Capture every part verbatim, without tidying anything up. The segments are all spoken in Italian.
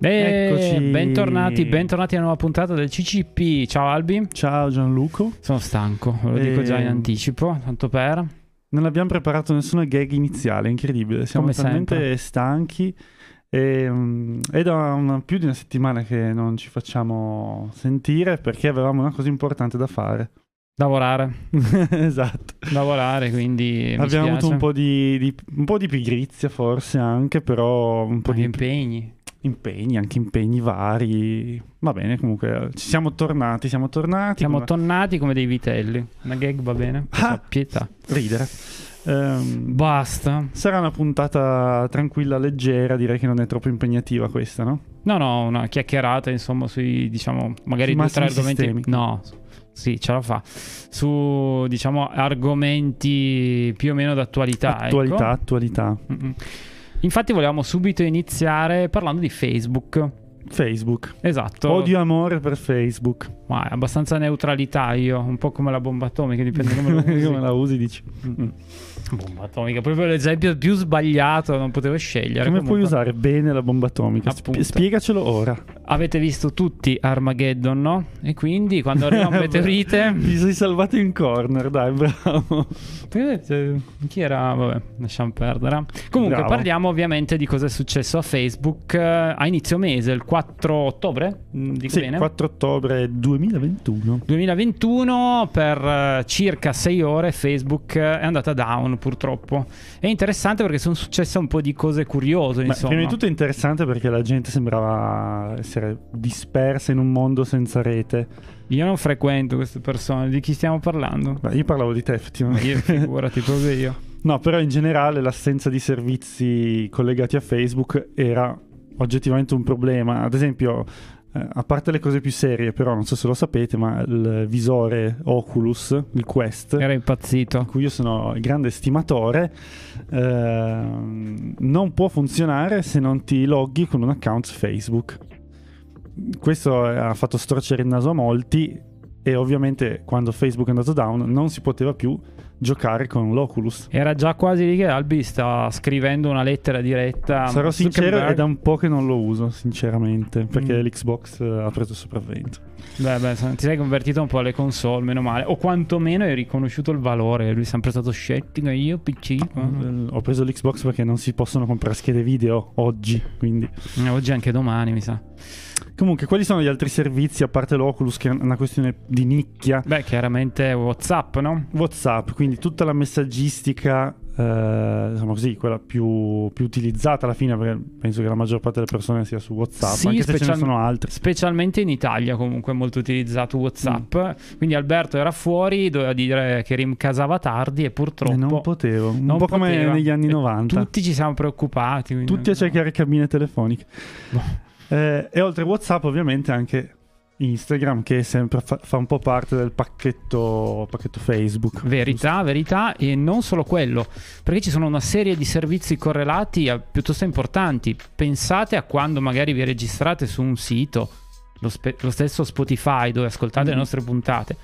Eh, Eccoci. bentornati, bentornati alla nuova puntata del C C P. Ciao Albi. Ciao Gianluca. Sono stanco, ve lo dico Eh, già in anticipo, tanto per... Non abbiamo preparato nessuna gag iniziale, incredibile. Siamo Come talmente sempre. stanchi e, mm, è da una- più di una settimana che non ci facciamo sentire perché avevamo una cosa importante da fare. Lavorare, Esatto. lavorare, quindi mi Abbiamo avuto spiace. un po' di, di- un po' di pigrizia forse anche, però un po' Ma di impegni. impegni, anche impegni vari. Va bene, comunque ci siamo tornati, siamo tornati. Siamo con tonnati come dei vitelli. Una gag va bene? Ah. Pietà. ridere. Ehm, Basta. Sarà una puntata tranquilla, leggera, direi che non è troppo impegnativa questa, no? No, no, una chiacchierata, insomma, sui, diciamo, magari Sui due o tre massimi argomenti. sistemi. No, sì, ce la fa. Su, diciamo, argomenti più o meno d'attualità. Attualità, ecco. attualità. Mm-mm. Infatti volevamo subito iniziare parlando di Facebook. Facebook. Esatto. Odio e amore per Facebook. Ma è abbastanza neutralità io, un po' come la bomba atomica, dipende come lo usi. Come la usi, dici. Mm. Bomba atomica, proprio l'esempio più sbagliato, non potevo scegliere. Come Comunque, puoi usare bene la bomba atomica? Sp- Appunto. spiegacelo ora. avete visto tutti Armageddon, no? E quindi quando arriva un meteorite... Ti sei salvato in corner, dai, bravo. Chi era? Vabbè, lasciamo perdere. Comunque Bravo. parliamo ovviamente di cosa è successo a Facebook eh, a inizio mese, il quattro ottobre, Mm, dico Sì, bene? quattro ottobre duemilaventuno. duemilaventuno, per eh, circa sei ore Facebook eh, è andata down purtroppo. È interessante perché sono successe un po' di cose curiose, Ma insomma. prima di tutto è interessante perché la gente sembrava essere dispersa in un mondo senza rete. Io non frequento queste persone, di chi stiamo parlando? Beh, io parlavo di te effettivamente. Io figurati proprio io. No, però in generale l'assenza di servizi collegati a Facebook era oggettivamente un problema. Ad esempio, eh, a parte le cose più serie, però non so se lo sapete, ma il visore Oculus, il Quest, Era di impazzito. cui io sono grande stimatore, ehm, non può funzionare se non ti loghi con un account Facebook. Questo ha fatto storcere il naso a molti e ovviamente quando Facebook è andato down non si poteva più giocare con l'Oculus. Era già quasi lì che Albi sta scrivendo una lettera diretta. Sarò sincero, Zuckerberg. è da un po' che non lo uso, sinceramente, perché Mm. l'Xbox eh, ha preso il sopravvento. Beh, beh, ti sei convertito un po' alle console, meno male. O quantomeno hai riconosciuto il valore. Lui è sempre stato scettico. Io P C. Eh, Ho preso l'Xbox perché non si possono comprare schede video oggi, quindi... Eh, Oggi anche domani, mi sa. Comunque, quali sono gli altri servizi, a parte l'Oculus, che è una questione di nicchia? Beh, chiaramente WhatsApp, no? WhatsApp, quindi tutta la messaggistica, eh, diciamo così, quella più, più utilizzata alla fine, perché penso che la maggior parte delle persone sia su WhatsApp, Sì, anche se ce ne special- sono altri. Specialmente in Italia comunque è molto utilizzato WhatsApp. Mm. Quindi Alberto era fuori, doveva dire che rincasava tardi e purtroppo E non potevo, un non po' come poteva. negli anni E novanta. tutti ci siamo preoccupati. quindi- Tutti a cercare cabine telefoniche. Eh, e oltre WhatsApp ovviamente anche Instagram, che sempre fa, fa un po' parte del pacchetto, pacchetto Facebook. Verità, verità, e non solo quello, perché ci sono una serie di servizi correlati a- piuttosto importanti. Pensate a quando magari vi registrate su un sito, lo, spe- lo stesso Spotify, dove ascoltate Mm. le nostre puntate.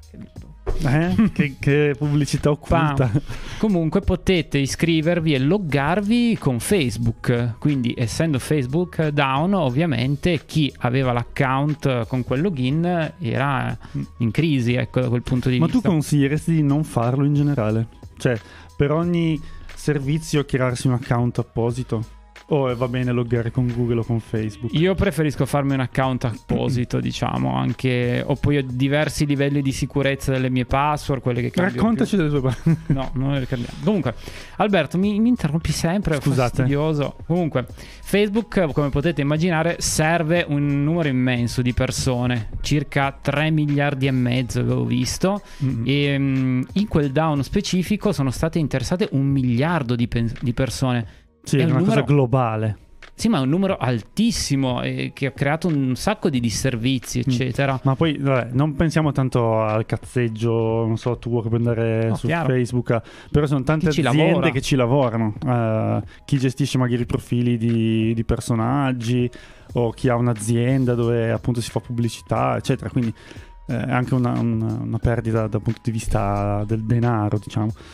Eh? che, che pubblicità occulta. Comunque potete iscrivervi e loggarvi con Facebook. Quindi, essendo Facebook down, ovviamente chi aveva l'account con quel login era in crisi, ecco, da quel punto di Ma tu vista. consiglieresti di non farlo in generale? Cioè, per ogni servizio crearsi un account apposito? O va bene loggare con Google o con Facebook? Io preferisco farmi un account apposito, diciamo, anche o poi ho diversi livelli di sicurezza delle mie password, quelle che cambio Raccontaci delle tue parole. più. No, non le cambiamo. Comunque, Alberto, mi, mi interrompi sempre, è Scusate. fastidioso. Comunque, Facebook, come potete immaginare, serve un numero immenso di persone, circa tre miliardi e mezzo avevo visto, Mm. e mm, in quel down specifico sono state interessate un miliardo di, pen- di persone. Sì, È è un una numero- cosa globale. Sì, ma è un numero altissimo eh, che ha creato un sacco di disservizi, eccetera. Ma poi, vabbè, non pensiamo tanto al cazzeggio, non so, tuo che puoi andare No, su chiaro. Facebook, eh, però sono tante Chi ci aziende lavora. che ci lavorano. Eh, chi gestisce magari i profili di, di personaggi o chi ha un'azienda dove appunto si fa pubblicità, eccetera. Quindi eh, è anche una, una- una perdita dal punto di vista del denaro, diciamo.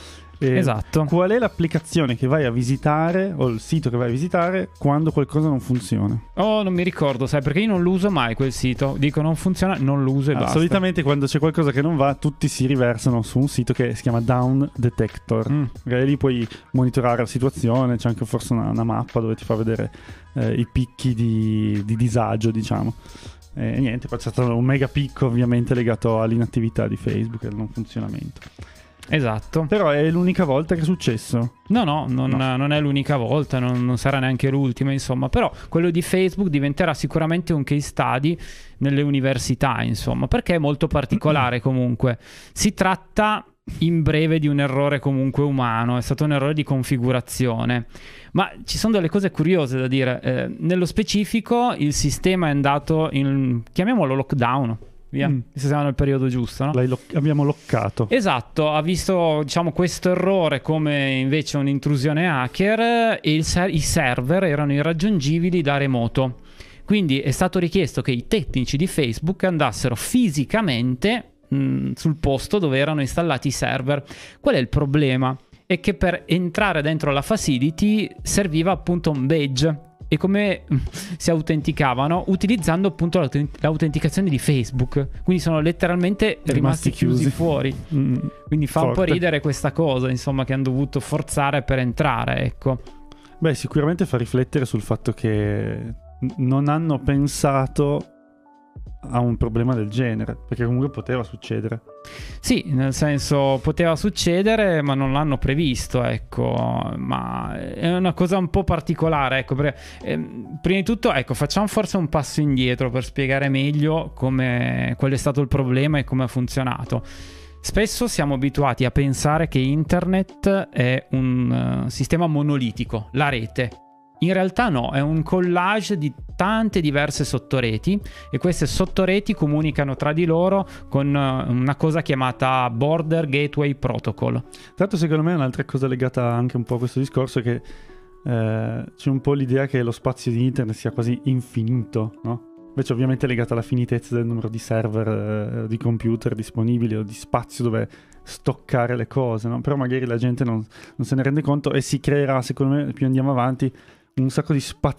E esatto. Qual è l'applicazione che vai a visitare o il sito che vai a visitare quando qualcosa non funziona? Oh, non mi ricordo, sai, perché io non lo uso mai quel sito. Dico non funziona, non lo uso e ah, basta. Solitamente quando c'è qualcosa che non va, tutti si riversano su un sito che si chiama Down Detector. Mm. E lì puoi monitorare la situazione, c'è anche forse una, una mappa dove ti fa vedere eh, i picchi di, di disagio, diciamo. E niente, poi c'è stato un mega picco ovviamente legato all'inattività di Facebook e al non funzionamento. Esatto. Però è l'unica volta che è successo? No, no, non, no. non è l'unica volta, non, non sarà neanche l'ultima, insomma. Però quello di Facebook diventerà sicuramente un case study nelle università, insomma, perché è molto particolare comunque. Si tratta in breve di un errore comunque umano, è stato un errore di configurazione. Ma ci sono delle cose curiose da dire. Eh, nello specifico il sistema è andato in, chiamiamolo lockdown. Via, mm. se siamo nel periodo giusto, no? Lo- abbiamo loccato. Esatto, ha visto, diciamo, questo errore come invece un'intrusione hacker e il ser- i server erano irraggiungibili da remoto. Quindi è stato richiesto che i tecnici di Facebook andassero fisicamente mh, sul posto dove erano installati i server. Qual è il problema? È che per entrare dentro la facility serviva appunto un badge. E come si autenticavano? Utilizzando appunto l'autent- l'autenticazione di Facebook. Quindi sono letteralmente rimasti, rimasti chiusi. chiusi fuori. Mm, Quindi fa forte. Un po' ridere questa cosa, insomma, che hanno dovuto forzare per entrare, ecco. Beh, sicuramente fa riflettere sul fatto che non hanno pensato a un problema del genere, perché comunque poteva succedere. Sì, nel senso poteva succedere, ma non l'hanno previsto, ecco. Ma è una cosa un po' particolare, ecco, perché, eh, prima di tutto, ecco, facciamo forse un passo indietro per spiegare meglio come, qual è stato il problema e come ha funzionato. Spesso siamo abituati a pensare che internet è un uh, sistema monolitico, la rete. In realtà no, è un collage di tante diverse sottoreti e queste sottoreti comunicano tra di loro con una cosa chiamata Border Gateway Protocol. Tanto secondo me un'altra cosa legata anche un po' a questo discorso è che eh, c'è un po' l'idea che lo spazio di internet sia quasi infinito, no? Invece ovviamente è legata alla finitezza del numero di server, eh, di computer disponibili o di spazio dove stoccare le cose, no? Però magari la gente non, non se ne rende conto e si creerà, secondo me, più andiamo avanti, un sacco di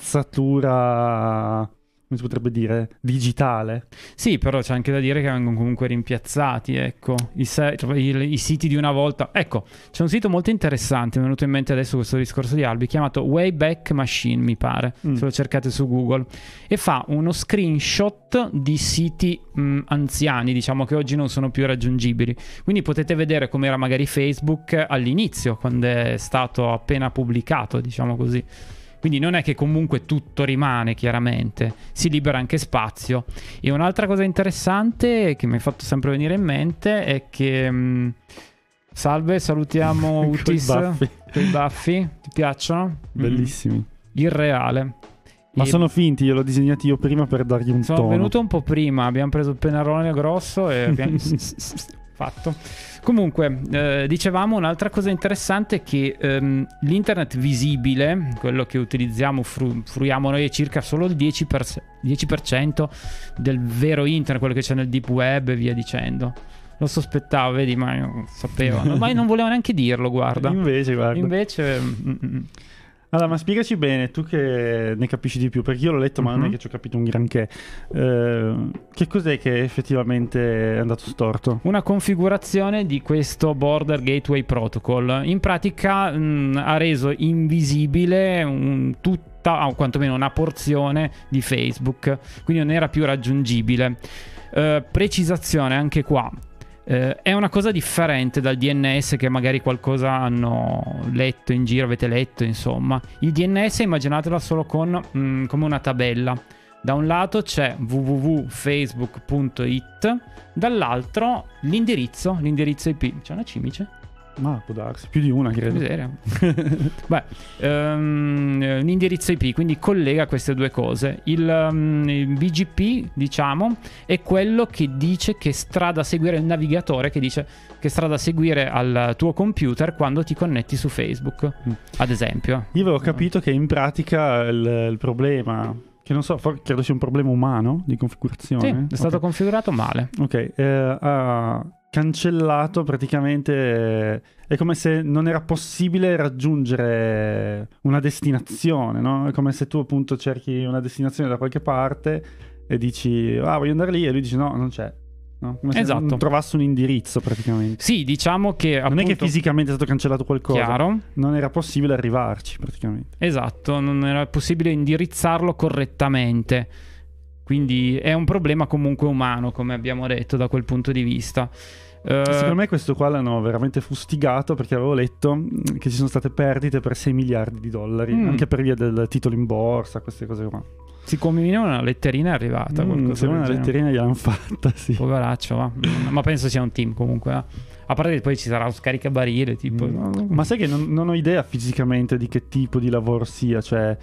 spazzatura, come si potrebbe dire, digitale. Sì, però c'è anche da dire che vengono comunque rimpiazzati, ecco, i, se- i, i siti di una volta. Ecco, c'è un sito molto interessante, mi è venuto in mente adesso questo discorso di Albi, chiamato Wayback Machine, mi pare, mm. se lo cercate su Google, e fa uno screenshot di siti mh, anziani, diciamo, che oggi non sono più raggiungibili. Quindi potete vedere com'era magari Facebook all'inizio, quando è stato appena pubblicato, diciamo così. Quindi non è che comunque tutto rimane, chiaramente, si libera anche spazio. E un'altra cosa interessante che mi ha fatto sempre venire in mente è che mh, salve, salutiamo Utis, quei baffi, ti piacciono? Bellissimi. Mm. Irreale. Ma e sono finti, io l'ho disegnati io prima per dargli un sono tono. Sono venuto un po' prima, abbiamo preso il pennarolone grosso e abbiamo fatto. Comunque, eh, dicevamo un'altra cosa interessante è che ehm, l'internet visibile, quello che utilizziamo, fru- fruiamo noi, è circa solo il dieci per cento del vero internet, quello che c'è nel deep web e via dicendo. Lo sospettavo, vedi, ma io sapevo, ma non volevo neanche dirlo, guarda. Invece, guarda. Invece... Mm-mm. Allora, ma spiegaci bene, tu che ne capisci di più, perché io l'ho letto ma mm-hmm. non è che ci ho capito un granché. Eh, che cos'è che effettivamente è andato storto? Una configurazione di questo Border Gateway Protocol. In pratica mh, ha reso invisibile un, tutta, o quantomeno una porzione di Facebook, quindi non era più raggiungibile. Eh, precisazione anche qua. Uh, è una cosa differente dal D N S che magari qualcosa hanno letto in giro, avete letto, insomma. Il D N S immaginatela solo con mm, come una tabella. Da un lato c'è w w w punto facebook punto i t, dall'altro l'indirizzo, l'indirizzo I P. C'è una cimice? Ma può darsi, più di una credo. Miseria. Beh, um, un indirizzo I P, quindi collega queste due cose. Il, um, il B G P, diciamo, è quello che dice che strada seguire, il navigatore che dice che strada seguire al tuo computer quando ti connetti su Facebook, mm. ad esempio. Io avevo capito che in pratica il, il problema, che non so, credo sia un problema umano di configurazione. Sì, è stato okay. configurato male. Ok, eh, ha cancellato praticamente, è come se non era possibile raggiungere una destinazione, no? È come se tu appunto cerchi una destinazione da qualche parte e dici ah voglio andare lì, e lui dice no, non c'è, no? Come se Esatto. non trovasse un indirizzo praticamente. Sì, diciamo che Non appunto, è che fisicamente è stato cancellato qualcosa, chiaro, non era possibile arrivarci praticamente. esatto, non era possibile indirizzarlo correttamente. Quindi è un problema comunque umano, come abbiamo detto, da quel punto di vista. Uh, Secondo me questo qua l'hanno veramente fustigato, perché avevo letto che ci sono state perdite per sei miliardi di dollari, mm. anche per via del titolo in borsa, queste cose qua. Siccome una letterina è arrivata, Mm, se una letterina gliel'hanno fatta, sì. Poveraccio, va. Ma penso sia un team comunque. Eh. A parte che poi ci sarà un scaricabarile, tipo. Mm, ma sai che non, non ho idea fisicamente di che tipo di lavoro sia, cioè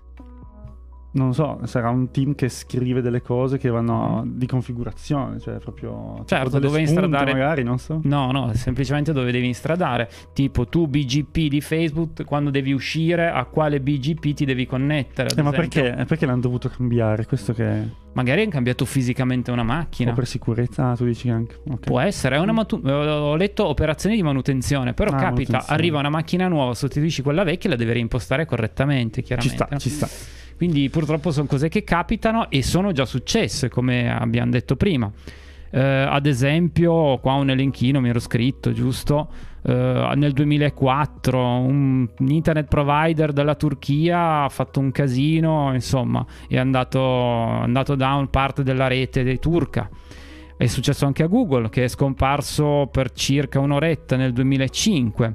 non so, sarà un team che scrive delle cose che vanno di configurazione, cioè proprio certo, delle dove spunte, instradare magari, non so. No, no, semplicemente dove devi instradare. Tipo tu B G P di Facebook, quando devi uscire, a quale B G P ti devi connettere, ad Eh, ma esempio. perché? Perché l'hanno dovuto cambiare? Questo che Magari hanno cambiato fisicamente una macchina. o per sicurezza, ah, tu dici anche. Okay. Può essere, è una matu- ho letto operazioni di manutenzione, però Ah, capita, manutenzione. arriva una macchina nuova, sostituisci quella vecchia e la devi reimpostare correttamente, Ci chiaramente. sta, no? ci sta. Quindi purtroppo sono cose che capitano e sono già successe, come abbiamo detto prima. Eh, ad esempio, qua un elenchino mi ero scritto, giusto? Eh, nel duemilaquattro un, un internet provider della Turchia ha fatto un casino, insomma, è andato, è andato down parte della rete dei turca. È successo anche a Google, che è scomparso per circa un'oretta nel duemilacinque.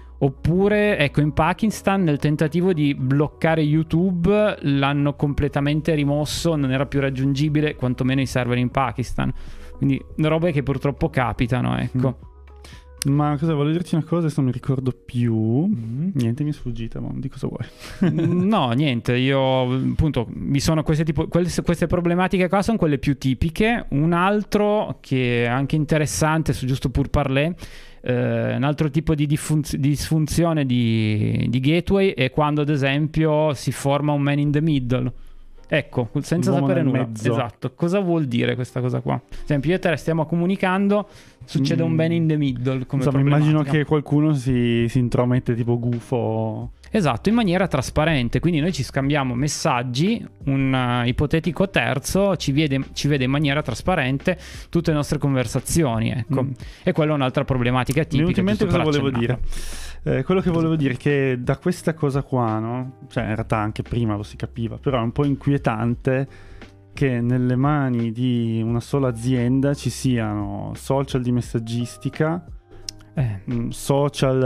Oppure, ecco, in Pakistan nel tentativo di bloccare YouTube l'hanno completamente rimosso, non era più raggiungibile, quantomeno i server in Pakistan. Quindi robe che purtroppo capitano, ecco. Mm. Ma cosa, volevo dirti una cosa, adesso non mi ricordo più. Mm. Niente, mi è sfuggita, ma di cosa vuoi? No, niente, io appunto mi sono queste, tipo, queste, queste problematiche qua sono quelle più tipiche. Un altro che è anche interessante, su giusto pur parler, Uh, un altro tipo di diffun- disfunzione di, di gateway è quando ad esempio si forma un man in the middle. Ecco, senza L'uomo sapere nel nulla. mezzo. Esatto, cosa vuol dire questa cosa qua? Ad esempio io e te stiamo comunicando, succede Mm. un man in the middle come Insomma, immagino problematica. che qualcuno si, si intromette tipo gufo. Esatto, in maniera trasparente, quindi noi ci scambiamo messaggi, un uh, ipotetico terzo ci vede, ci vede in maniera trasparente tutte le nostre conversazioni, ecco. Mm. E quella è un'altra problematica Mi è venuto tipica. in mente giusto cosa per volevo dire. accennare. Eh, quello che volevo dire è che da questa cosa qua, no? Cioè in realtà anche prima lo si capiva, però è un po' inquietante che nelle mani di una sola azienda ci siano social di messaggistica, Eh. mh, social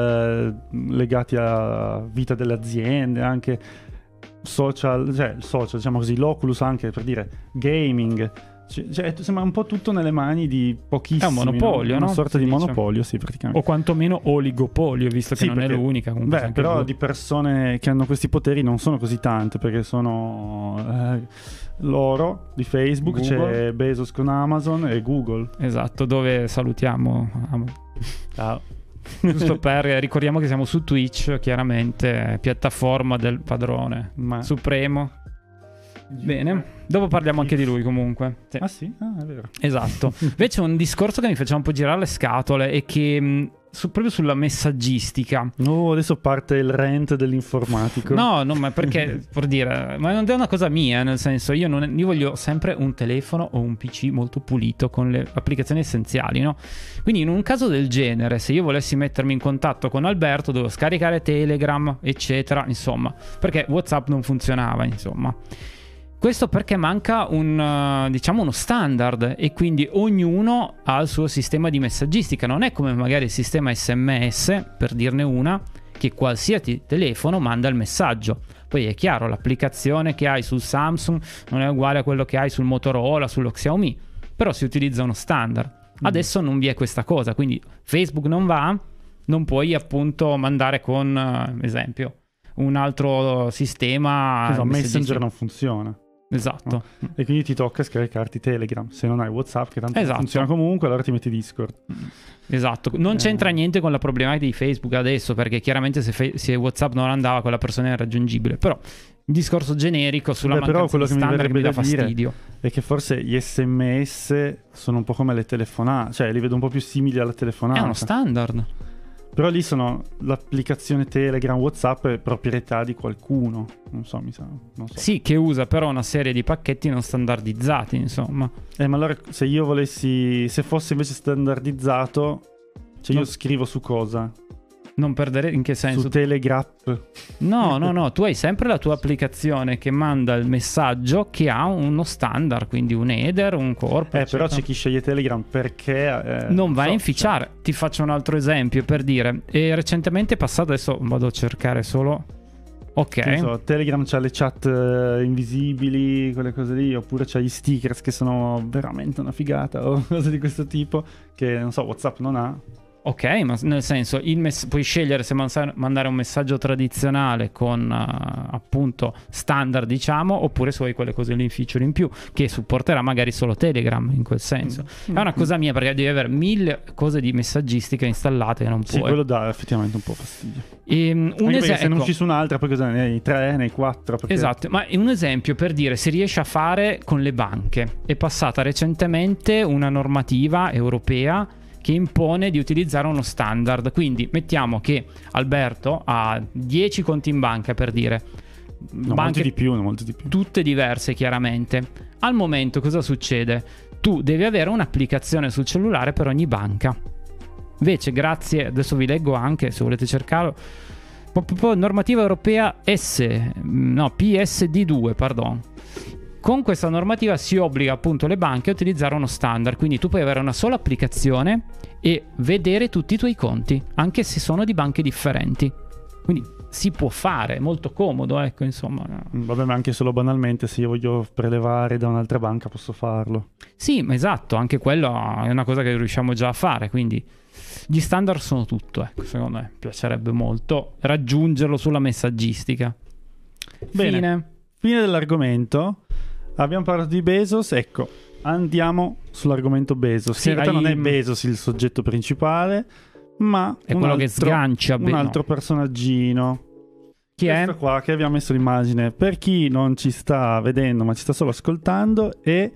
eh, legati alla vita delle aziende, anche social, cioè social, diciamo così, l'Oculus anche per dire gaming. Cioè, cioè, sembra un po' tutto nelle mani di pochissimi. È un monopolio, no? Una no? sorta Si di dice. monopolio, sì, praticamente. O quantomeno oligopolio, visto che Sì, non perché- è l'unica. Comunque Beh, anche però Google. di persone che hanno questi poteri non sono così tante, perché sono eh, loro di Facebook, Google. c'è Bezos con Amazon e Google. Esatto, dove salutiamo. Ciao. Giusto per ricordiamo che siamo su Twitch, chiaramente, piattaforma del padrone Ma... supremo. Bene, dopo parliamo anche di lui comunque. Sì. Ah sì? Ah, è vero. Esatto. Invece un discorso che mi faceva un po' girare le scatole è che mh, su- proprio sulla messaggistica. No, adesso parte il rant dell'informatico. No, no, ma perché, per dire, ma non è una cosa mia, nel senso, io, non, io voglio sempre un telefono o un P C molto pulito con le applicazioni essenziali, no? Quindi in un caso del genere, se io volessi mettermi in contatto con Alberto, dovevo scaricare Telegram, eccetera, insomma, perché WhatsApp non funzionava, insomma. Questo perché manca un, uh, diciamo uno standard, e quindi ognuno ha il suo sistema di messaggistica. Non è come magari il sistema S M S, per dirne una, che qualsiasi telefono manda il messaggio. Poi è chiaro, l'applicazione che hai sul Samsung non è uguale a quello che hai sul Motorola, sullo Xiaomi, però si utilizza uno standard. Adesso non vi è questa cosa, quindi Facebook non va, non puoi appunto mandare con, uh, esempio, un altro sistema. Esatto, messaggistica. Messenger non funziona. Esatto. E quindi ti tocca scaricarti Telegram. Se non hai WhatsApp, che tanto Esatto. funziona comunque, allora ti metti Discord. Esatto, non Eh. c'entra niente con la problematica di Facebook adesso, perché chiaramente se, fe- se WhatsApp non andava, quella persona era raggiungibile, però discorso generico sulla Beh, però mancanza quello di che mi standard che mi verrebbe dà da dire fastidio. è che forse gli sms sono un po' come le telefonate, cioè li vedo un po' più simili alla telefonata. È uno standard. Però lì sono l'applicazione Telegram, WhatsApp è proprietà di qualcuno, non so, mi sa, non so. Sì, che usa però una serie di pacchetti non standardizzati, insomma. Eh, ma allora se io volessi, se fosse invece standardizzato, cioè No. io scrivo su cosa? Non perdere, in che senso? Su Telegram. No, no, no, tu hai sempre la tua applicazione che manda il messaggio che ha uno standard, quindi un header, un corpo. Eh, eccetera. però c'è chi sceglie Telegram perché... Eh, non vai so, a inficiare. Ti faccio un altro esempio per dire. E recentemente è passato, adesso vado a cercare solo. Ok. Che ne so, Telegram c'ha le chat eh, invisibili, quelle cose lì, oppure c'ha gli stickers che sono veramente una figata o cose di questo tipo che, non so, WhatsApp non ha. Ok, ma nel senso, il mess- puoi scegliere se man- mandare un messaggio tradizionale con uh, appunto standard, diciamo, oppure se vuoi quelle cose lì in feature in più, che supporterà magari solo Telegram in quel senso. Mm. È una cosa mia, perché devi avere mille cose di messaggistica installate e non Sì, puoi. quello dà effettivamente un po' fastidio. E, um, un Anche perché esempio. se non usci su un'altra, poi cosa ne hai? Tre, ne hai quattro? Perché... Esatto, ma è un esempio per dire si riesce a fare con le banche. È passata recentemente una normativa europea che impone di utilizzare uno standard. Quindi mettiamo che Alberto ha dieci conti in banca, per dire. No, banche molti di più, no, molti di più. tutte diverse chiaramente. Al momento cosa succede? Tu devi avere un'applicazione sul cellulare per ogni banca. Invece grazie, adesso vi leggo anche se volete cercarlo, normativa europea S, no, P S D due, pardon. Con questa normativa si obbliga appunto le banche a utilizzare uno standard, quindi tu puoi avere una sola applicazione e vedere tutti i tuoi conti, anche se sono di banche differenti. Quindi si può fare, è molto comodo, ecco, insomma. Vabbè, ma anche solo banalmente, se io voglio prelevare da un'altra banca posso farlo. Sì, ma esatto, anche quello è una cosa che riusciamo già a fare, quindi gli standard sono tutto, ecco, secondo me piacerebbe molto raggiungerlo sulla messaggistica. Bene, Fine. Fine dell'argomento. Abbiamo parlato di Bezos, ecco, andiamo sull'argomento Bezos. Sì, in realtà hai- non è Bezos il soggetto principale, ma È un quello altro, che sgancia un Be- altro personaggino. Chi è? Questo qua che abbiamo messo l'immagine, per chi non ci sta vedendo ma ci sta solo ascoltando, è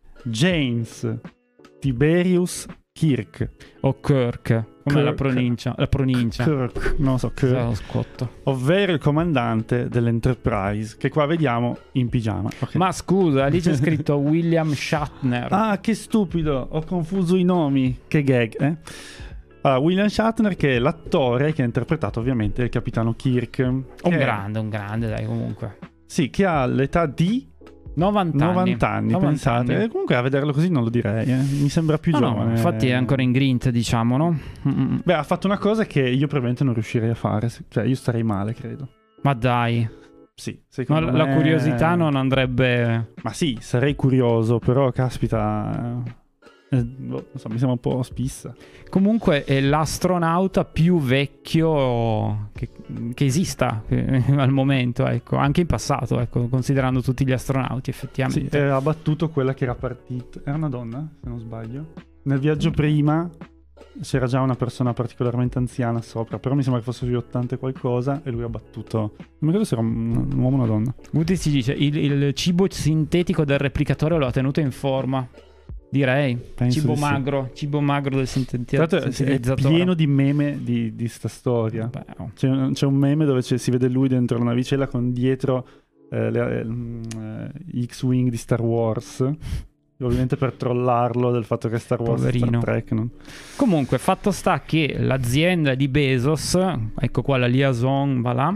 James Tiberius Kirk. O Kirk, come Kirk. la pronuncia? La pronuncia. Kirk, non lo so, Kirk. Lo scotto. Ovvero il comandante dell'Enterprise, che qua vediamo in pigiama. Ok. Ma scusa, lì c'è scritto William Shatner. Ah, che stupido, ho confuso i nomi. Che gag, eh? Allora, William Shatner, che è l'attore che ha interpretato ovviamente il capitano Kirk. Un che- grande, un grande, dai, comunque. Sì, che ha l'età di novanta anni. novanta anni, novanta pensate. anni. E comunque a vederlo così non lo direi, eh. Mi sembra più No, no, giovane. infatti è ancora in grint, diciamo, no? Mm-mm. Beh, ha fatto una cosa che io probabilmente non riuscirei a fare. Cioè, io starei male, credo. Ma dai, Sì, ma secondo la me- curiosità non andrebbe... Ma sì, sarei curioso, però caspita... eh, boh, non so, mi sembra un po' spissa. Comunque è l'astronauta più vecchio che, che esista eh, al momento, ecco, anche in passato, ecco, considerando tutti gli astronauti Sì, effettivamente. eh, ha battuto quella che era partita. Era una donna, se non sbaglio. Nel viaggio prima c'era già una persona particolarmente anziana sopra, però mi sembra che fosse sui ottanta e qualcosa e lui ha battuto. Non mi ricordo se era un, un uomo o una donna. Guti si dice il, il cibo sintetico del replicatore lo ha tenuto in forma. Direi Penso cibo di sì. magro, cibo magro del sinteti- Tra l'altro è sintetizzatore. pieno di meme di, di sta storia. Beh, oh. C'è, un- c'è un meme dove c'è- si vede lui dentro una navicella con dietro eh, le, eh, mm, eh, X-Wing di Star Wars. Ovviamente per trollarlo del fatto che Star Wars è Poverino. Star Trek. Non... Comunque, fatto sta che l'azienda di Bezos, ecco qua la liaison, va là,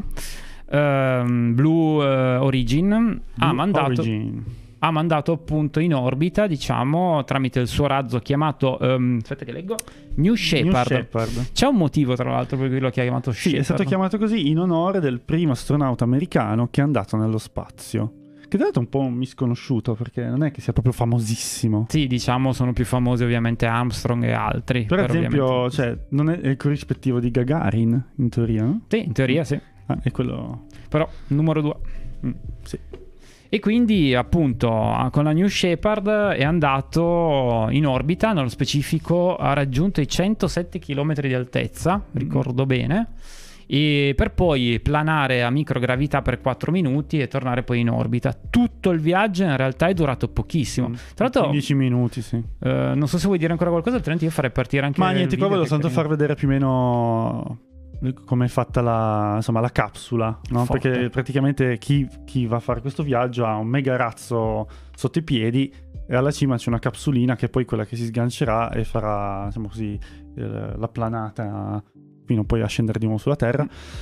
ehm, Blue eh, Origin, ha Blue mandato, Origin. ha mandato appunto in orbita, diciamo, tramite il suo razzo chiamato, ehm, aspetta che leggo, New Shepard. New Shepard. C'è un motivo tra l'altro per cui lo ha chiamato Sì, Shepard. è stato chiamato così in onore del primo astronauta americano che è andato nello spazio. Che tra l'altro è un po' un misconosciuto perché non è che sia proprio famosissimo. Sì, diciamo, sono più famosi ovviamente Armstrong e altri. Per esempio, ovviamente- cioè, non è, è il corrispettivo di Gagarin, in teoria, no? Sì, in teoria sì. Ah, è quello... Però, numero due. Mm, sì. E quindi appunto con la New Shepard è andato in orbita, nello specifico ha raggiunto i centosette chilometri di altezza, ricordo bene, e per poi planare a microgravità per quattro minuti e tornare poi in orbita. Tutto il viaggio in realtà è durato pochissimo. Tra l'altro dieci minuti, sì. Uh, non so se vuoi dire ancora qualcosa, altrimenti io farei partire anche Ma niente, il qua video. volevo tanto far vedere più o meno come è fatta la, insomma, la capsula, no? Perché praticamente chi, chi va a fare questo viaggio ha un mega razzo sotto i piedi e alla cima c'è una capsulina che è poi quella che si sgancerà e farà, diciamo così, eh, la planata fino poi a scendere di nuovo sulla Terra,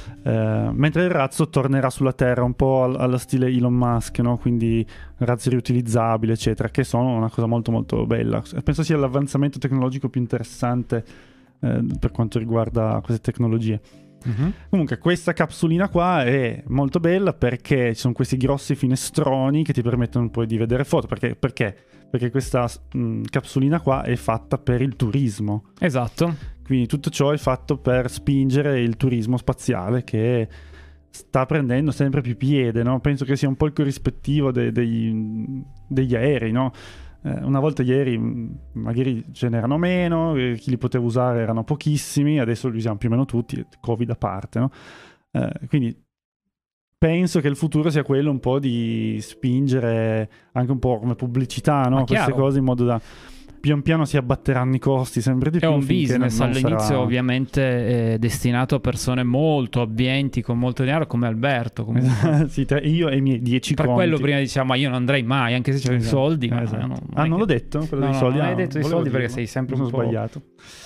eh, mentre il razzo tornerà sulla Terra un po' all- allo stile Elon Musk, no? Quindi razzi riutilizzabili eccetera, che sono una cosa molto molto bella. Penso sia l'avanzamento tecnologico più interessante eh, per quanto riguarda queste tecnologie. Uh-huh. Comunque questa capsulina qua è molto bella perché ci sono questi grossi finestroni che ti permettono poi di vedere foto. Perché? Perché? Perché questa mh, capsulina qua è fatta per il turismo. Esatto. Quindi tutto ciò è fatto per spingere il turismo spaziale che sta prendendo sempre più piede, no? Penso che sia un po' il corrispettivo de- dei, degli aerei, no? Eh, una volta gli aerei magari ce n'erano meno, eh, chi li poteva usare erano pochissimi, adesso li usiamo più o meno tutti, Covid a parte, no? Eh, quindi penso che il futuro sia quello un po' di spingere anche un po' come pubblicità, no? Queste cose in modo da pian piano si abbatteranno i costi sempre di più. È un business all'inizio sarà... ovviamente è destinato a persone molto abbienti con molto denaro come Alberto comunque. Sì, te, io e i miei dieci per conti. quello prima diciamo ma io non andrei mai anche se c'ho esatto. i soldi ma esatto. no, non ah non che... l'ho detto quello no, dei no, soldi non ah, hai detto i soldi perché sei sempre un po' sbagliato.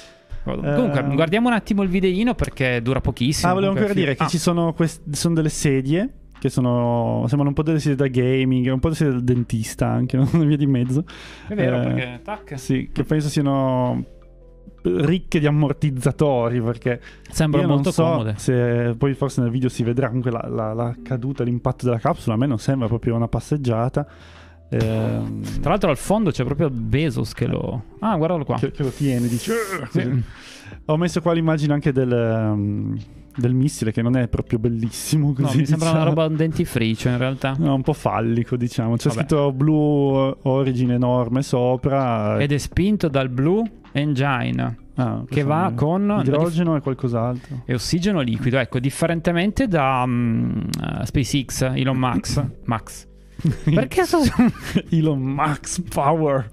Comunque uh... guardiamo un attimo il videino perché dura pochissimo. Ah volevo ancora fino... dire che ah. ci sono, quest... sono delle sedie che sono sembrano un po' delle sedie da gaming, un po' delle sedie del dentista anche, no? Una via di mezzo. È vero, eh, perché tac. Sì, che penso siano ricche di ammortizzatori, perché sembra molto so comode. Se poi forse nel video si vedrà comunque la, la, la caduta, l'impatto della capsula, a me non sembra proprio una passeggiata. Eh, Tra l'altro al fondo c'è proprio Bezos che lo ah guardalo qua che, che lo tiene, dice sì. Ho messo qua l'immagine anche del um, del missile che non è proprio bellissimo così, no, mi sembra diciamo. una roba un dentifricio in realtà, no, un po' fallico diciamo, c'è Vabbè. scritto Blue Origin enorme sopra ed è spinto dal Blue Engine ah, che va con idrogeno e qualcos'altro e ossigeno liquido, ecco, differentemente da um, uh, SpaceX Elon Musk Max perché so... Elon Musk Power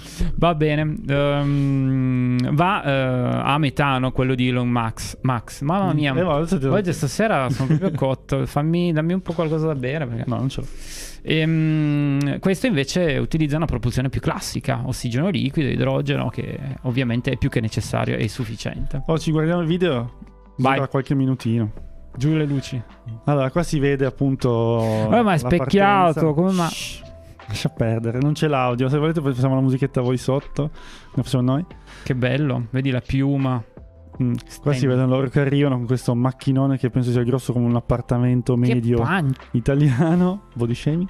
va bene, um, va uh, a metano quello di Elon Musk Max mamma mia, eh, ma oggi stasera sono proprio cotto, fammi, dammi un po' qualcosa da bere perché... no non ce l'ho. E, um, questo invece utilizza una propulsione più classica, ossigeno liquido, idrogeno, che ovviamente è più che necessario e sufficiente. Oh, ci guardiamo il video? Vai. Dura qualche minutino. Giù le luci. Allora, qua si vede appunto. Eh, ma è specchiato. Come ma... Shhh, lascia perdere, non c'è l'audio. Se volete, poi facciamo la musichetta voi sotto. La facciamo noi. Che bello, vedi la piuma. Mm. Qua si vedono loro che arrivano con questo macchinone che penso sia grosso come un appartamento medio italiano. Body shaming.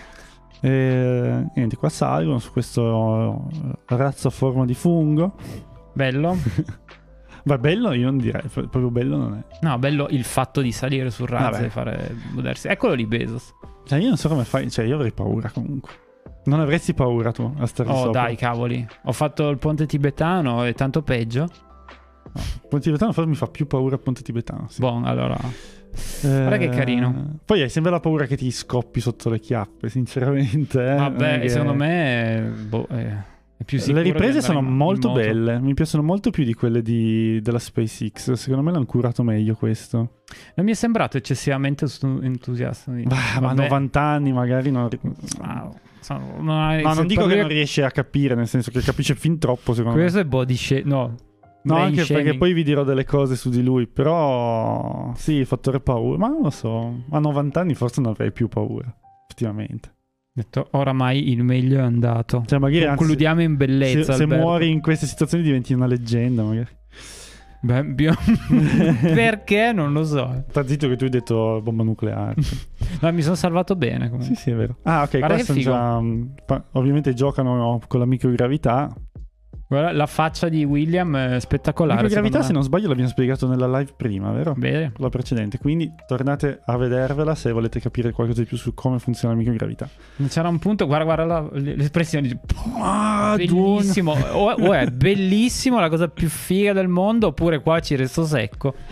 E niente, qua salgono su questo razzo a forma di fungo. Bello. Ma bello io non direi, proprio bello non è. No, bello il fatto di salire sul razzo Vabbè. e fare godersi. Eccolo lì Bezos. Cioè io non so come fai, cioè io avrei paura comunque. Non avresti paura tu a stare Oh sopra? dai cavoli, ho fatto il ponte tibetano, è tanto peggio. No, il ponte tibetano forse mi fa più paura il ponte tibetano, sì. Buon, allora Eh, guarda che carino. Poi hai sempre la paura che ti scoppi sotto le chiappe, sinceramente. Eh? Vabbè, che... secondo me boh, è... Più le riprese sono in, molto in belle, mi piacciono molto più di quelle di, della SpaceX. Secondo me l'hanno curato meglio questo. Non mi è sembrato eccessivamente entusiasta. Bah, ma a novanta anni magari non... Wow. Sono, non hai, no, non dico che io... non riesce a capire, nel senso che capisce fin troppo secondo questo me. Questo è body shaming, no. No, anche shaming. Perché poi vi dirò delle cose su di lui, però sì, fattore paura, ma non lo so, a novanta anni forse non avrei più paura, effettivamente. Detto, oramai il meglio è andato. Cioè, magari concludiamo anzi, in bellezza. Se, se muori in queste situazioni diventi una leggenda, magari. Beh, bio... perché? Non lo so. Sta zitto che tu hai detto bomba nucleare. No, mi sono salvato bene. Comunque. Sì, sì, è vero. Ah, ok, guarda qua sono già... Ovviamente giocano con la microgravità. Guarda, la faccia di William è spettacolare. La microgravità, se non sbaglio, l'abbiamo spiegato nella live prima, vero? Bene. La precedente. Quindi tornate a vedervela se volete capire qualcosa di più su come funziona la microgravità. C'era un punto, guarda, guarda la, l'espressione. Ah, bellissimo. O, o è bellissimo, la cosa più figa del mondo, oppure qua ci resto secco.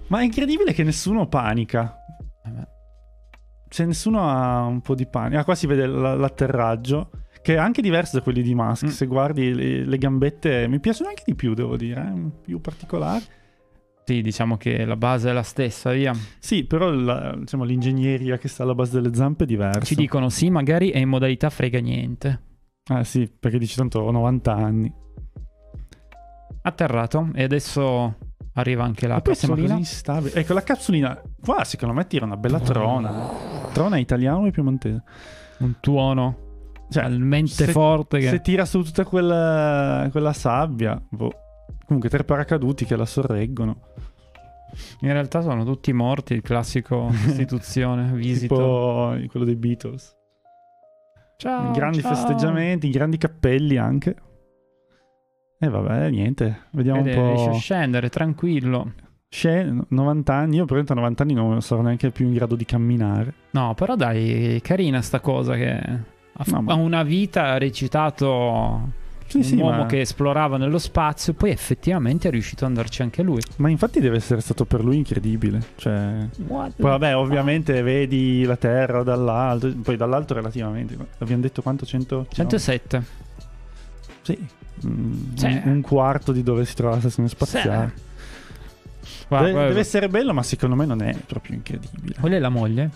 Ma è incredibile che nessuno panica. Vabbè. Cioè nessuno ha un po' di panico. Ah, qua si vede l- l'atterraggio, che è anche diverso da quelli di Musk. Mm. Se guardi le, le gambette, mi piacciono anche di più, devo dire, eh? Più particolari. Sì, diciamo che la base è la stessa, via. Sì, però la- diciamo, l'ingegneria che sta alla base delle zampe è diversa. Ci dicono sì, magari è in modalità frega niente. Ah sì, perché dici tanto ho novanta anni. Atterrato e adesso arriva anche la Ma poi sembra capsulina. così stabile. Ecco, la capsulina qua secondo me tira una bella trona. Trona è italiano o piemontese? Un tuono Cioè, talmente se- forte che... Se tira su tutta quella, quella sabbia, boh. Comunque tre paracaduti che la sorreggono. In realtà sono tutti morti, il classico istituzione, visito. Tipo quello dei Beatles. Ciao, grandi ciao. festeggiamenti, grandi cappelli anche. E vabbè, niente. Vediamo Vede, un riesce a po'. scendere tranquillo. Scè- novanta anni. Io per a novanta anni non sarò neanche più in grado di camminare. No, però dai, carina sta cosa che ha, No, ma- ha una vita, ha recitato Sì, un sì, uomo ma... che esplorava nello spazio, poi effettivamente è riuscito ad andarci anche lui. ma infatti deve essere stato per lui incredibile. Cioè... What? Poi vabbè, ovviamente vedi la Terra dall'alto, poi dall'alto relativamente. Abbiamo detto quanto? cento? centosette. Sì. Mm, Sì. un, un quarto di dove si trova la stazione spaziale. Va, deve, va, deve essere bello, ma secondo me non è proprio incredibile. Quella è la moglie.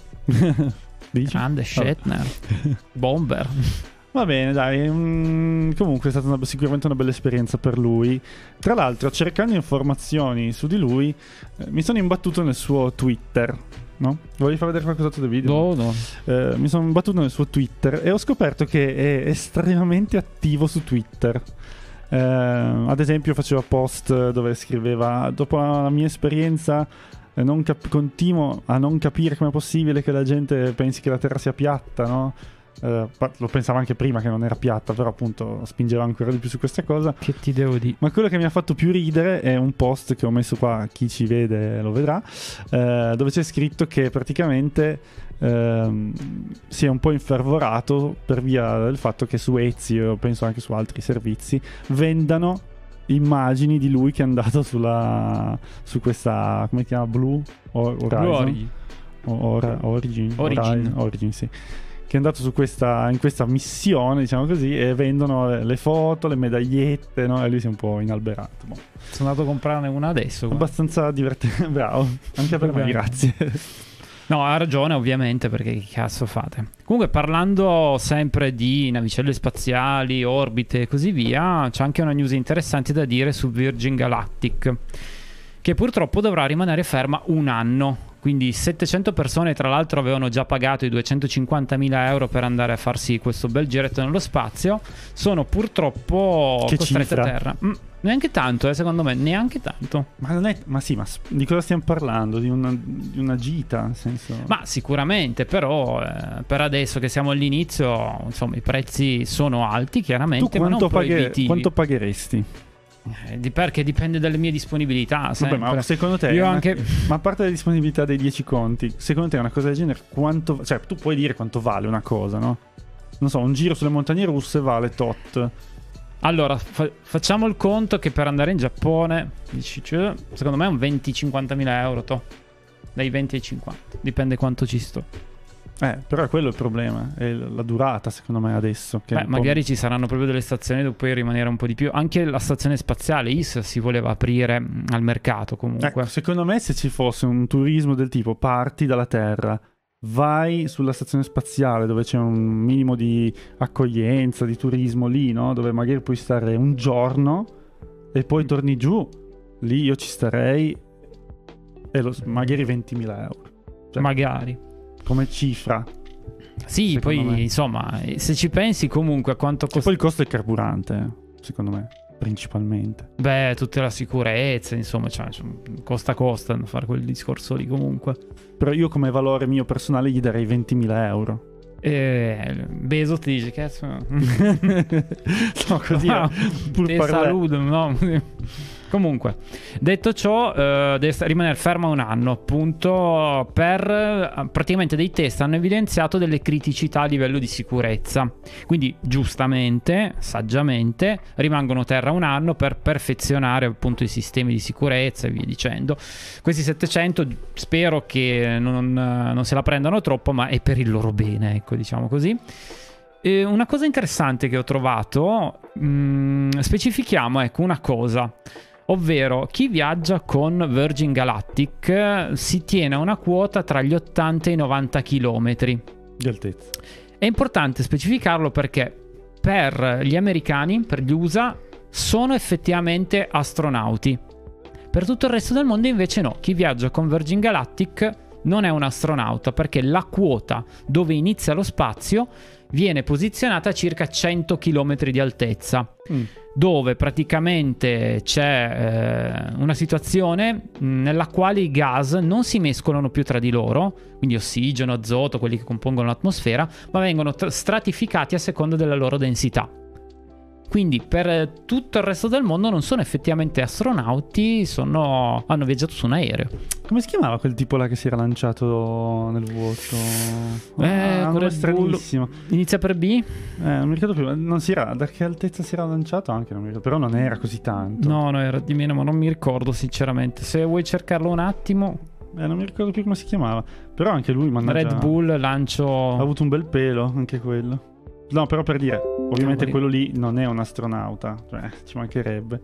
Dici? Grande Shatner. Bomber. Va bene, dai. mm, comunque è stata una- sicuramente una bella esperienza per lui. Tra l'altro, cercando informazioni su di lui, eh, mi sono imbattuto nel suo Twitter. No? Volevi far vedere qualcos'altro del video? No, no. Eh, mi sono imbattuto nel suo Twitter e ho scoperto che è estremamente attivo su Twitter. Eh, ad esempio faceva post dove scriveva: dopo la mia esperienza eh, non cap- continuo a non capire come è possibile che la gente pensi che la Terra sia piatta, no? Eh, pa- lo pensava anche prima che non era piatta, però appunto spingeva ancora di più su questa cosa. Che ti devo dire? Ma quello che mi ha fatto più ridere è un post che ho messo qua, chi ci vede lo vedrà, eh, dove c'è scritto che praticamente ehm, si è un po' infervorato per via del fatto che su Etsy, o penso anche su altri servizi, vendano immagini di lui che è andato sulla su questa, come si chiama, Blue Or- Horizon? Or- Origin, Origin. Horizon, Origin, sì. Che è andato su questa, in questa missione, diciamo così, e vendono le, le foto, le medagliette, no? E lui si è un po' inalberato. Boh. Sono andato a comprarne una adesso. guarda. Abbastanza divertente, bravo. Anche per me, Bene. grazie. No, ha ragione ovviamente, perché che cazzo fate? Comunque, parlando sempre di navicelle spaziali, orbite e così via, c'è anche una news interessante da dire su Virgin Galactic, che purtroppo dovrà rimanere ferma un anno. Quindi settecento persone, tra l'altro, avevano già pagato i duecentocinquantamila euro per andare a farsi questo bel giretto nello spazio. Sono purtroppo Che costrette cifra? a terra. Mm, neanche tanto, eh, secondo me, neanche tanto. Ma non è, ma sì, ma s- di cosa stiamo parlando? Di una, di una gita, nel senso. Ma sicuramente, però, eh, per adesso che siamo all'inizio, insomma, i prezzi sono alti, tu chiaramente, ma non quanto, paghe- proibitivi. quanto pagheresti? Eh, di- perché dipende dalle mie disponibilità. Vabbè, sempre. ma secondo te, Io una- anche- ma a parte la disponibilità dei dieci conti, secondo te una cosa del genere, quanto, cioè tu puoi dire quanto vale una cosa, no? Non so, un giro sulle montagne russe vale tot. Allora, fa- facciamo il conto che per andare in Giappone, dici, cioè, secondo me è un venti-cinquantamila euro, to. Dai venti ai cinquanta, dipende quanto ci sto. Eh, però è quello il problema, è l- la durata secondo me adesso. Che è Beh, un po'- magari ci saranno proprio delle stazioni dove puoi rimanere un po' di più. Anche la stazione spaziale I S si voleva aprire mh, al mercato comunque. Ecco, secondo me se ci fosse un turismo del tipo parti dalla Terra, vai sulla stazione spaziale dove c'è un minimo di accoglienza, di turismo lì, no? Dove magari puoi stare un giorno e poi torni giù, lì io ci starei e lo, magari ventimila euro. Cioè, Magari. come cifra. Sì, poi secondo me. insomma, eh, se ci pensi comunque a quanto E costa. poi il costo è il carburante, eh, secondo me, principalmente. Beh, tutta la sicurezza, insomma, cioè, cioè, costa costa fare quel discorso lì comunque. Però io come valore mio personale gli darei ventimila euro. E Bezos ti dice, cazzo. No, così Ah, pur te parla- saluto, no? Comunque, detto ciò, eh, deve rimanere ferma un anno, appunto, per eh, praticamente dei test hanno evidenziato delle criticità a livello di sicurezza. Quindi, giustamente, saggiamente, rimangono terra un anno per perfezionare appunto i sistemi di sicurezza e via dicendo. Questi settecento spero che non, non se la prendano troppo, ma è per il loro bene, ecco, diciamo così. E una cosa interessante che ho trovato, mh, specifichiamo ecco una cosa, ovvero chi viaggia con Virgin Galactic si tiene a una quota tra gli ottanta e i novanta chilometri di altezza. È importante specificarlo perché per gli americani, per gli U S A, sono effettivamente astronauti. Per tutto il resto del mondo invece no, chi viaggia con Virgin Galactic non è un astronauta, perché la quota dove inizia lo spazio viene posizionata a circa cento chilometri di altezza, mm. dove praticamente c'è eh, una situazione nella quale i gas non si mescolano più tra di loro, quindi ossigeno, azoto, quelli che compongono l'atmosfera, ma vengono tra- stratificati a seconda della loro densità. Quindi per tutto il resto del mondo non sono effettivamente astronauti, sono... hanno viaggiato su un aereo. Come si chiamava quel tipo là che si era lanciato nel vuoto? Eh, ah, quello stranissimo. Inizia per B? Eh, non mi ricordo più. Non si era, da che altezza si era lanciato anche, non mi ricordo. Però non era così tanto. No, no, era di meno, ma non mi ricordo sinceramente. Se vuoi cercarlo un attimo... Eh, non mi ricordo più come si chiamava. Però anche lui, mannaggia, Red Bull, lancio... ha avuto un bel pelo, anche quello. No, però per dire, ovviamente quello lì non è un astronauta, cioè ci mancherebbe.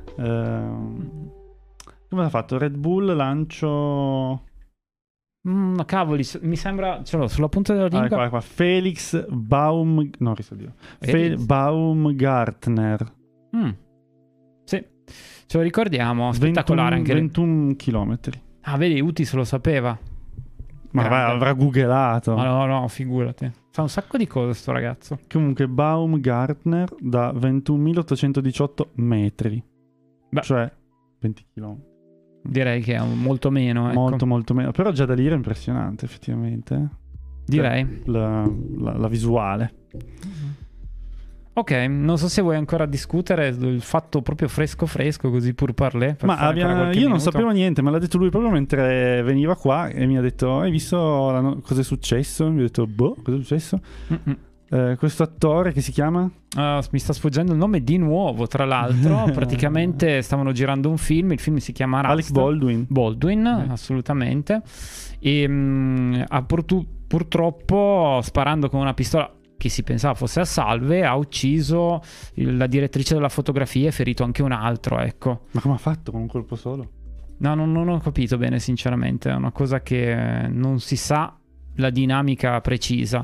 Ehm, come l'ha fatto? Red Bull, lancio... Mm, cavoli, mi sembra... Ce l'ho sulla punta della lingua. Ah, qua, qua. Felix Baum... No, risolvo. Fe... Baumgartner. Mm. Sì, ce lo ricordiamo, spettacolare anche. ventuno chilometri. Ah, vedi, Uti se lo sapeva. Ma vai, avrà googlato. Ma no, no, figurati. Fa un sacco di cose sto ragazzo. Comunque Baumgartner da ventunomilaottocentodiciotto metri. Beh, cioè venti chilometri. Direi che è molto meno, ecco. Molto molto meno. Però già da lì era impressionante effettivamente. Direi. Cioè, la, la, la visuale. Mm-hmm. Ok, non so se vuoi ancora discutere del fatto proprio fresco fresco, così pur parler. Ma abbia, io minuto. non sapevo niente, me l'ha detto lui proprio mentre veniva qua e mi ha detto: hai visto la no- cosa è successo? Mi ha detto: boh, cosa è successo? Eh, questo attore che si chiama? Uh, mi sta sfuggendo il nome di nuovo, tra l'altro. Praticamente stavano girando un film, il film si chiama Rust. Alec Baldwin. Baldwin, eh. assolutamente. E mh, ha pur- purtroppo sparando con una pistola che si pensava fosse a salve, ha ucciso il, la direttrice della fotografia e ferito anche un altro, ecco. Ma come ha fatto, con un colpo solo? No, non, non ho capito bene sinceramente, è una cosa che non si sa la dinamica precisa.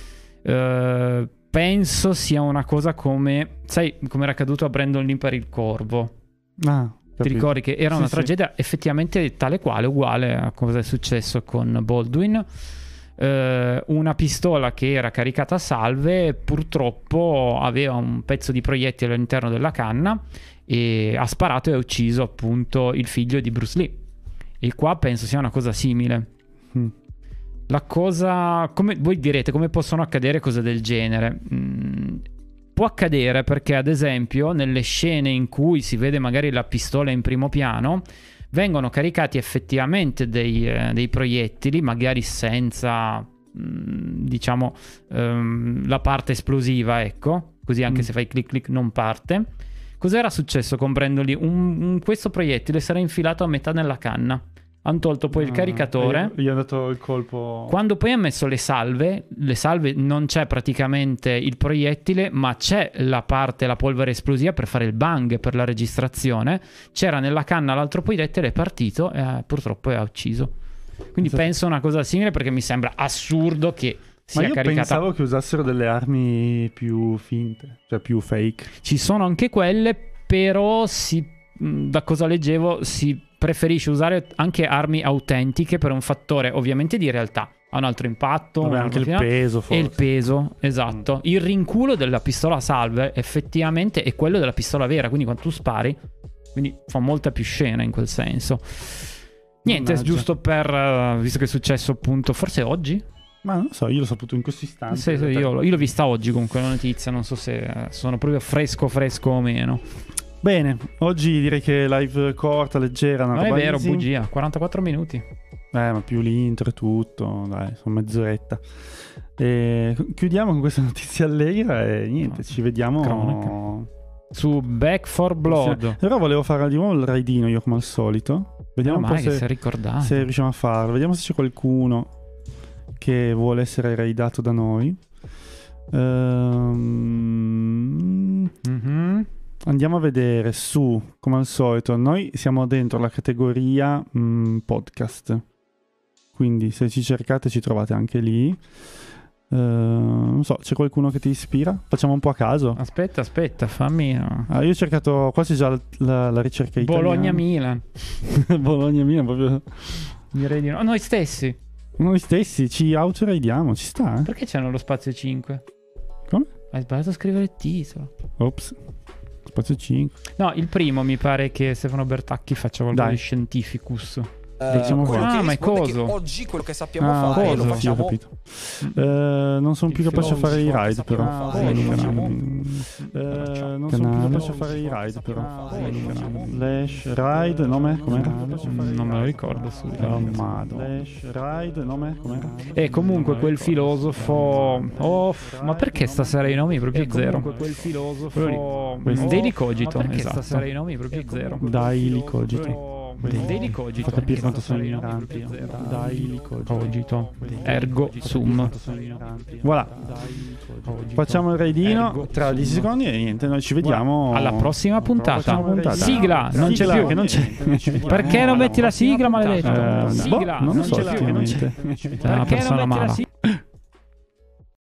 Uh, penso sia una cosa come, sai, come era accaduto a Brandon Lee per Il Corvo. Ah, ti ricordi che era una sì, tragedia sì. effettivamente tale quale, uguale a cosa è successo con Baldwin. Uh, una pistola che era caricata a salve purtroppo aveva un pezzo di proiettile all'interno della canna e ha sparato e ha ucciso appunto il figlio di Bruce Lee. E qua penso sia una cosa simile. mm. La cosa, come voi direte, come possono accadere cose del genere? Mm, può accadere perché ad esempio nelle scene in cui si vede magari la pistola in primo piano vengono caricati effettivamente dei, eh, dei proiettili, magari senza, mh, diciamo, ehm, la parte esplosiva, ecco, così anche mm. se fai clic clic non parte. Cos'era successo con Brandon Lee? Un, un, questo proiettile si era infilato a metà nella canna. Hanno tolto poi ah, il caricatore. Gli ha dato il colpo. Quando poi ha messo le salve, le salve non c'è praticamente il proiettile, ma c'è la parte, la polvere esplosiva per fare il bang, per la registrazione. C'era nella canna l'altro proiettile, è partito e eh, purtroppo ha ucciso. Quindi esatto. Penso a una cosa simile perché mi sembra assurdo che sia Ma io caricata. pensavo che usassero delle armi più finte, cioè più fake. Ci sono anche quelle, però si, da cosa leggevo si preferisce usare anche armi autentiche per un fattore ovviamente di realtà. Ha un altro impatto. Vabbè, anche il peso forse. E il peso, esatto. Mm. Il rinculo della pistola a salve effettivamente è quello della pistola vera, quindi quando tu spari, quindi fa molta più scena in quel senso. Niente, Mannaggia. Giusto per, uh, visto che è successo appunto, forse oggi? Ma non so, io l'ho saputo in questo istante. Sì, sì, io, io l'ho vista oggi comunque la notizia, non so se sono proprio fresco fresco o meno. Bene, oggi direi che live corta, leggera, una Non è roba vero, easy. bugia, quarantaquattro minuti. Eh, ma più l'intro e tutto, dai, sono mezz'oretta. E chiudiamo con questa notizia allegra e niente, ci vediamo Cronaca. Su Back for Blood. Però volevo fare di nuovo il raidino io come al solito. Vediamo Meno un po' male che se, si è ricordato. se riusciamo a farlo. Vediamo se c'è qualcuno che vuole essere raidato da noi. Ehm... Mhm. Andiamo a vedere su, come al solito, noi siamo dentro la categoria mh, podcast, quindi se ci cercate ci trovate anche lì. Uh, non so, c'è qualcuno che ti ispira? Facciamo un po' a caso. Aspetta, aspetta, fammi... no. Ah, io ho cercato quasi già la, la, la ricerca italiana. Bologna-Milan. Bologna-Milan, proprio... Direi di no. Noi stessi. Noi stessi ci autoraidiamo, ci sta, eh? Perché c'hanno lo spazio cinque? Come? Hai sbagliato a scrivere il titolo. Ops. Spazio cinque. No, il primo mi pare che Stefano Bertacchi faccia qualcosa Dai. di scientificus. Eh, Diciamo quello qua. che Ah, ma è risponde che coso. oggi quello che sappiamo Ah, fare cosa, lo sì, ho facciamo. capito. Eh, non sono Il più capace a flow, fare i quello che ride, sappiamo però. fare, Sì, lo facciamo. Eh, non sono più capace a fare i ride, però. Slash ride, nome? Com'era? Non me lo ricordo Oh, assolutamente. madò. Slash ride, nome? Com'era? E comunque quel filosofo... Oh, f- ma perché stasera i nomi proprio zero? Quel filosofo... Questo. Daily Cogito, Ma perché esatto. stasera i nomi proprio zero? Dai, li cogito. Daily Cogito. Fa capire quanto sono Stasera i nomi ignoranti. proprio zero. Dai, li cogito. Cogito. Ergo sum. Voilà. Facciamo il raidino Ergo tra sum. dieci secondi e niente, noi ci vediamo Alla prossima puntata. Facciamo puntata. Sigla, non c'è Sigla, più. che non c'è. Perché non metti la sigla, maledetto? Eh, boh, Sigla, non lo so c'è più, che non c'è. ultimamente. È una persona mala.